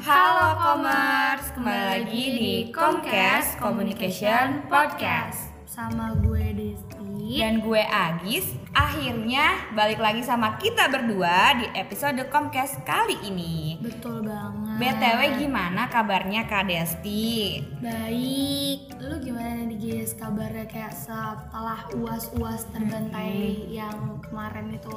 Halo Commerce, kembali lagi di Comcast Communication Podcast. Sama gue Desti dan gue Agis. Akhirnya balik lagi sama kita berdua di episode Comcast kali ini. Betul banget. BTW gimana kabarnya Kak Desti? Baik. Lu gimana nih guys kabarnya kayak setelah uas terbantai yang kemarin itu?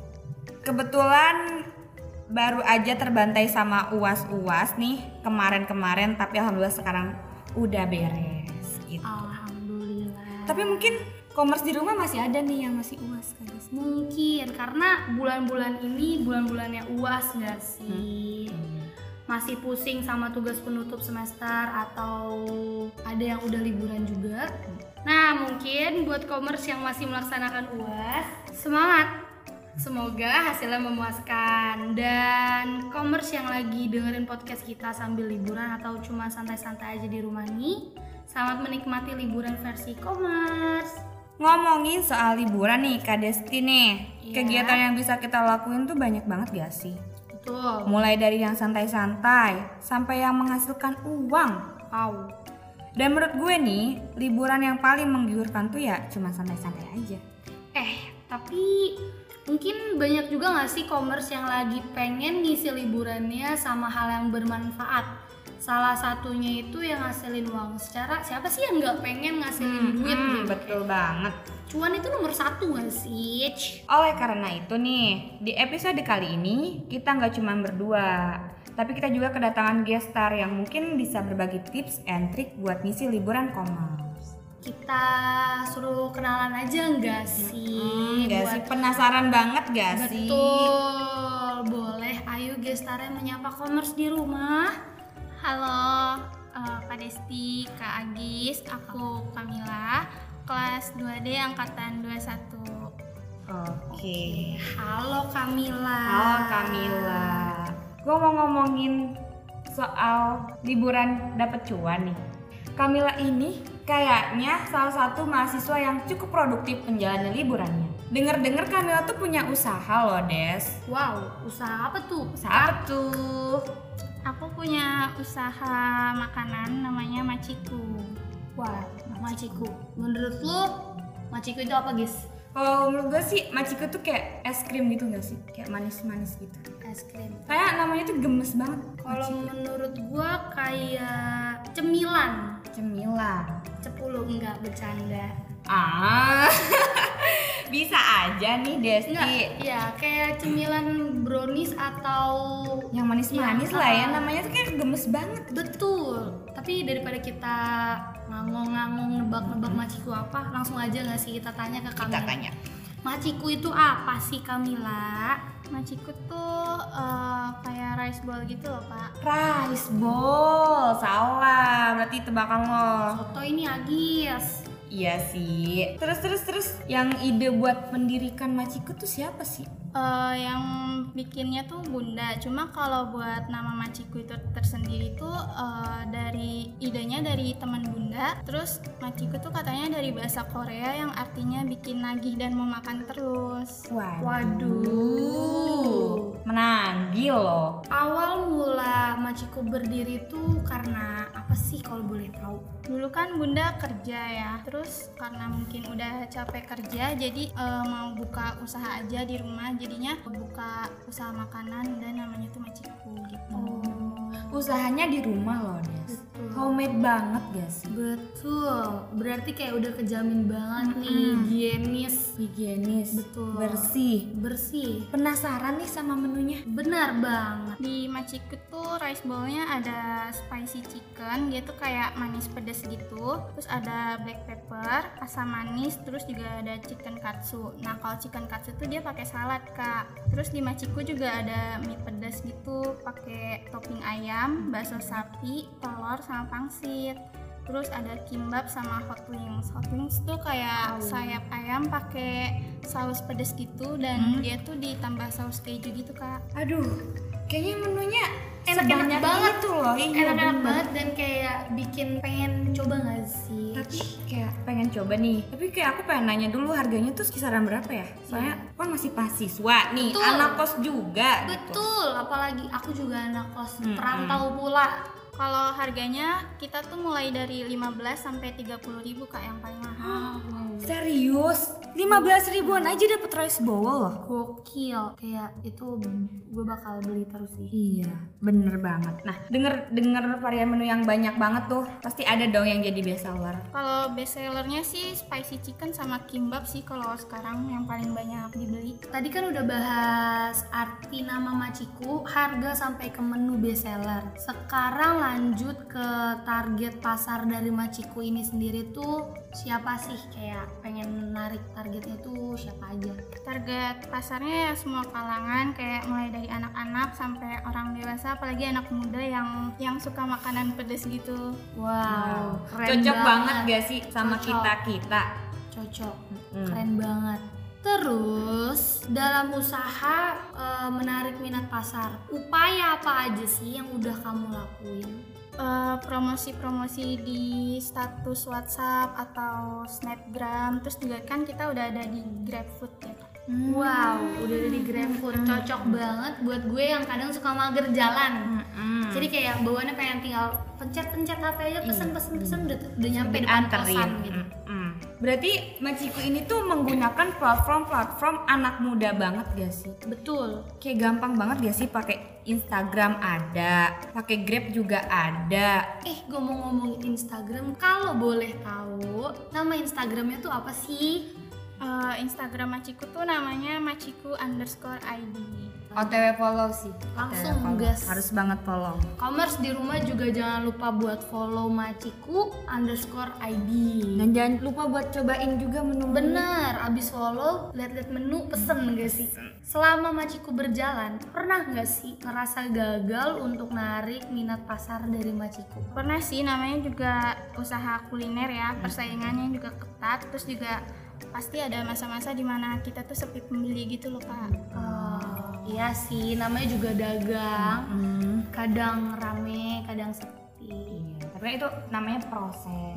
Kebetulan baru aja terbantai sama uas nih kemarin, tapi alhamdulillah sekarang udah beres gitu. Alhamdulillah. Tapi mungkin commerce di rumah masih ada nih yang masih uas kan? Mungkin karena bulan-bulan ini bulan-bulannya uas gak sih? Masih pusing sama tugas penutup semester atau ada yang udah liburan juga. Nah mungkin buat commerce yang masih melaksanakan uas, semangat! Semoga hasilnya memuaskan. Dan commerce yang lagi dengerin podcast kita sambil liburan atau cuma santai-santai aja di rumah nih, selamat menikmati liburan versi commerce. Ngomongin soal liburan nih Kak Desti nih, kegiatan yang bisa kita lakuin tuh banyak banget gak sih? Betul. Mulai dari yang santai-santai sampai yang menghasilkan uang. Wow. Dan menurut gue nih, liburan yang paling menggiurkan tuh ya cuma santai-santai aja. Tapi mungkin banyak juga gak sih commerce yang lagi pengen ngisi liburannya sama hal yang bermanfaat. Salah satunya itu yang ngasilin uang. Secara siapa sih yang gak pengen ngasilin duit gitu? Betul banget. Cuan itu nomor satu gak sih? Oleh karena itu nih, di episode kali ini kita gak cuma berdua, tapi kita juga kedatangan guest star yang mungkin bisa berbagi tips and trik buat ngisi liburan commerce. Kita suruh kenalan aja nggak sih? Penasaran banget gak sih? Betul, boleh. Ayo gestarnya menyapa commerce di rumah. Halo Kak Desti, Kak Agis, aku Kamila, kelas 2D angkatan 21. Oke. Halo Kamila. Gue mau ngomongin soal liburan dapet cuan nih. Kamila ini kayaknya salah satu mahasiswa yang cukup produktif menjalani liburannya. Dengar-dengar Kamila tuh punya usaha loh, Des. Wow, usaha apa tuh? Aku punya usaha makanan namanya Maciku. Wah, Maciku. Menurut lu Maciku itu apa, guys? Kalau menurut gue sih Maciku tuh kayak es krim gitu gak sih? Kayak manis-manis gitu. Es krim. Kayak namanya tuh gemes banget. Kalau menurut gua kayak cemilan. 10 enggak bercanda. Bisa aja nih Desti. Enggak, ya kayak cemilan brownies atau yang manis-manis lah ya, namanya tuh kayak gemes banget. Betul. Tapi daripada kita ngangong-ngangong nebak-nebak Maciku apa, langsung aja nggak sih kita tanya ke Kamila. Kita tanya. Maciku itu apa sih Kamila? Maciku tuh kayak rice ball gitu loh Pak. Rice ball, salah. Berarti tebakan lo. Soto ini Agis. Iya sih. Terus yang ide buat mendirikan Maciku tuh siapa sih? Yang bikinnya tuh Bunda. Cuma kalau buat nama Maciku itu tersendiri tuh dari idenya dari teman Bunda. Terus Maciku tuh katanya dari bahasa Korea yang artinya bikin nagih dan mau makan terus. Waduh. Menagih loh. Awal mula Maciku berdiri tuh karena apa sih kalau boleh tahu? Dulu kan Bunda kerja ya. Terus karena mungkin udah capek kerja jadi mau buka usaha aja di rumah. Jadinya buka usaha makanan dan namanya tuh Maciku gitu. Usahanya di rumah loh, Des. Homemade banget gak sih? Betul. Berarti kayak udah kejamin banget nih, higienis. Betul. Bersih. Penasaran nih sama menunya? Benar banget. Di Maciku tuh rice ball-nya ada spicy chicken, dia tuh kayak manis pedas gitu. Terus ada black pepper, asam manis, terus juga ada chicken katsu. Nah, kalau chicken katsu tuh dia pakai salad, Kak. Terus di Maciku juga ada mie pedas gitu, pakai topping ayam, bakso sapi, telur sama pangsit. Terus ada kimbap sama hot wings. Hot wings tuh kayak sayap ayam pakai saus pedas gitu dan dia tuh ditambah saus keju gitu, Kak. Aduh, kayaknya menunya enak-enak sebanyak banget itu loh. Iya, enak-enak bener. banget dan kayak bikin pengen coba nggak sih? Tapi kayak pengen coba nih. Tapi kayak aku pengen nanya dulu harganya tuh kisaran berapa ya? Soalnya kan masih mahasiswa nih, Betul. anak kos juga gitu. Betul, apalagi aku juga anak kos Mm-mm. perantau pula. Kalau harganya kita tuh mulai dari 15 sampai 30.000 Kak, yang paling mahal. Serius? 15 ribuan aja dapet rice bowl loh. Gokil, kayak itu gue bakal beli terus sih. Iya, bener banget. Nah, denger varian menu yang banyak banget tuh, pasti ada dong yang jadi best seller. Kalau best sellernya sih spicy chicken sama kimbap sih kalau sekarang yang paling banyak dibeli. Tadi kan udah bahas arti nama Maciku, harga sampai ke menu bestseller. Sekarang lanjut ke target pasar dari Maciku ini sendiri tuh siapa sih? Kayak pengen narik targetnya tuh siapa aja? Target pasarnya ya semua kalangan, kayak mulai dari anak-anak sampai orang dewasa, apalagi anak muda yang suka makanan pedas gitu. Wow, keren Cocok banget gak sih sama Cocok. kita? Cocok, Mm. keren banget. Terus dalam usaha menarik minat pasar, upaya apa aja sih yang udah kamu lakuin? Promosi-promosi di status WhatsApp atau Snapgram, terus juga kan kita udah ada di GrabFood ya. Wow, udah ada di GrabFood, cocok banget buat gue yang kadang suka mager jalan. Jadi kayak bawaannya pengen tinggal pencet-pencet HP aja, pesen udah nyampe depan kosan gitu. Berarti Maciku ini tuh menggunakan platform anak muda banget gak sih? Betul. Kayak gampang banget gak sih pakai Instagram ada, pakai Grab juga ada. Ngomong-ngomongin Instagram, kalau boleh tahu nama Instagramnya tuh apa sih? Instagram Maciku tuh namanya maciku_id. OTW follow sih. Langsung OTW follow. gas. Harus banget follow. Commerce di rumah juga jangan lupa buat follow maciku_id. Dan jangan lupa buat cobain juga menu. Bener, abis follow, lihat-lihat menu, pesen gak sih? Selama Maciku berjalan, pernah gak sih ngerasa gagal untuk narik minat pasar dari Maciku? Pernah sih, namanya juga usaha kuliner ya, persaingannya juga ketat, terus juga pasti ada masa-masa dimana kita tuh sepi pembeli gitu loh Kak. Iya sih, namanya juga dagang, kadang rame, kadang sepi. Iya, tapi itu namanya proses.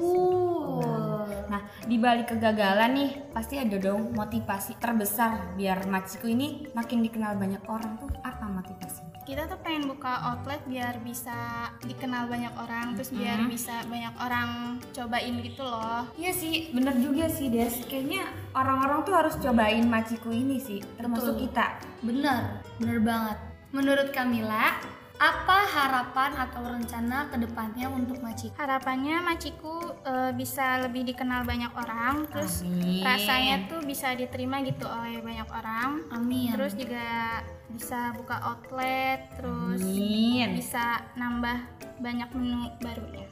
Betul. Nah, di balik kegagalan nih, pasti ada dong motivasi terbesar biar Maciku ini makin dikenal banyak orang tuh. Apa motivasi? Kita tuh pengen buka outlet biar bisa dikenal banyak orang, terus biar bisa banyak orang cobain gitu loh. Iya sih, bener juga sih Des. Kayaknya orang-orang tuh harus cobain Maciku ini sih, termasuk Betul. kita. Bener banget. Menurut Kamila, apa harapan atau rencana kedepannya untuk Maciku? Harapannya Maciku bisa lebih dikenal banyak orang, terus Amin. rasanya tuh bisa diterima gitu oleh banyak orang. Amin. Terus juga bisa buka outlet, terus Amin. bisa nambah banyak menu barunya.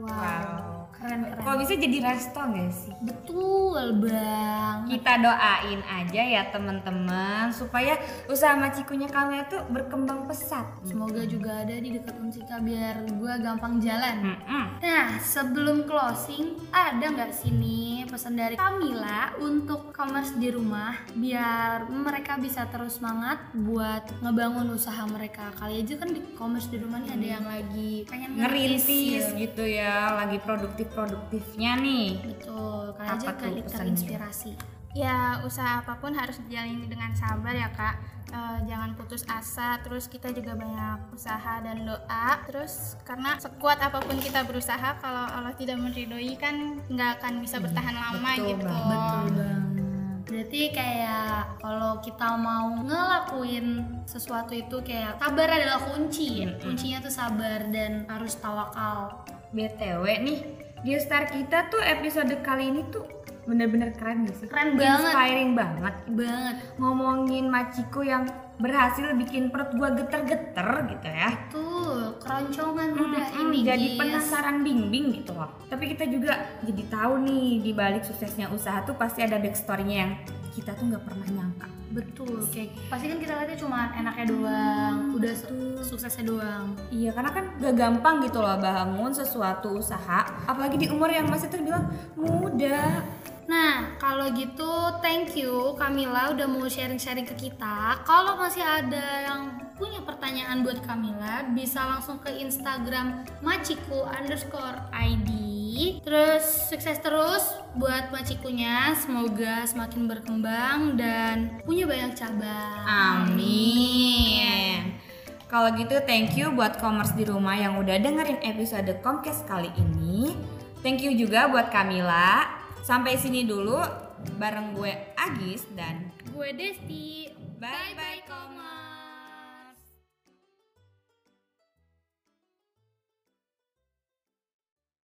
Wow. Keren. Kalau bisa jadi resto gak sih? Betul bang. Kita doain aja ya teman-teman supaya usaha Macikunya kalian tuh berkembang pesat. Semoga juga ada di dekat Unsika biar gue gampang jalan. Mm-mm. Nah, sebelum closing, ada nggak sih nih pesan dari Kamila untuk commerce di rumah biar mereka bisa terus semangat buat ngebangun usaha mereka? Kali aja kan di commerce di rumah nih ada yang lagi pengen Ngerintis ya. gitu ya, lagi produktifnya nih. Betul, kali Apa aja tuh kali pesannya? terinspirasi. Ya, usaha apapun harus dijalani dengan sabar ya Kak. Jangan putus asa, terus kita juga banyak usaha dan doa. Terus karena sekuat apapun kita berusaha, kalau Allah tidak meridhoi kan nggak akan bisa bertahan lama betul gitu. banget. Betul banget. Berarti kayak kalau kita mau ngelakuin sesuatu itu kayak sabar adalah kunci ya. Kuncinya tuh sabar dan harus tawakal. BTW nih, di Star kita tuh episode kali ini tuh bener-bener keren gak sih? Keren banget. Inspiring banget. Banget. Ngomongin Maciku yang berhasil bikin perut gua geter-geter gitu ya. Tuh, keroncongan muda ini Jadi guys. penasaran bingbing gitu loh. Tapi kita juga jadi tahu nih di balik suksesnya usaha tuh pasti ada backstory-nya yang kita tuh nggak pernah nyangka. Betul, kayak pasti kan kita lihatnya cuma enaknya doang, udah suksesnya doang. Iya, karena kan gak gampang gitu loh bangun sesuatu usaha, apalagi di umur yang masih terbilang muda. Nah, kalau gitu thank you Kamila udah mau sharing-sharing ke kita. Kalau masih ada yang punya pertanyaan buat Kamila, bisa langsung ke Instagram maciku_id. Terus sukses terus buat macikunya, semoga semakin berkembang dan punya banyak cabang. Amin. Kalau gitu thank you buat Commerce di rumah yang udah dengerin episode Comcast kali ini. Thank you juga buat Kamila. Sampai sini dulu bareng gue Agis dan Gue Desti. bye bye Commerce.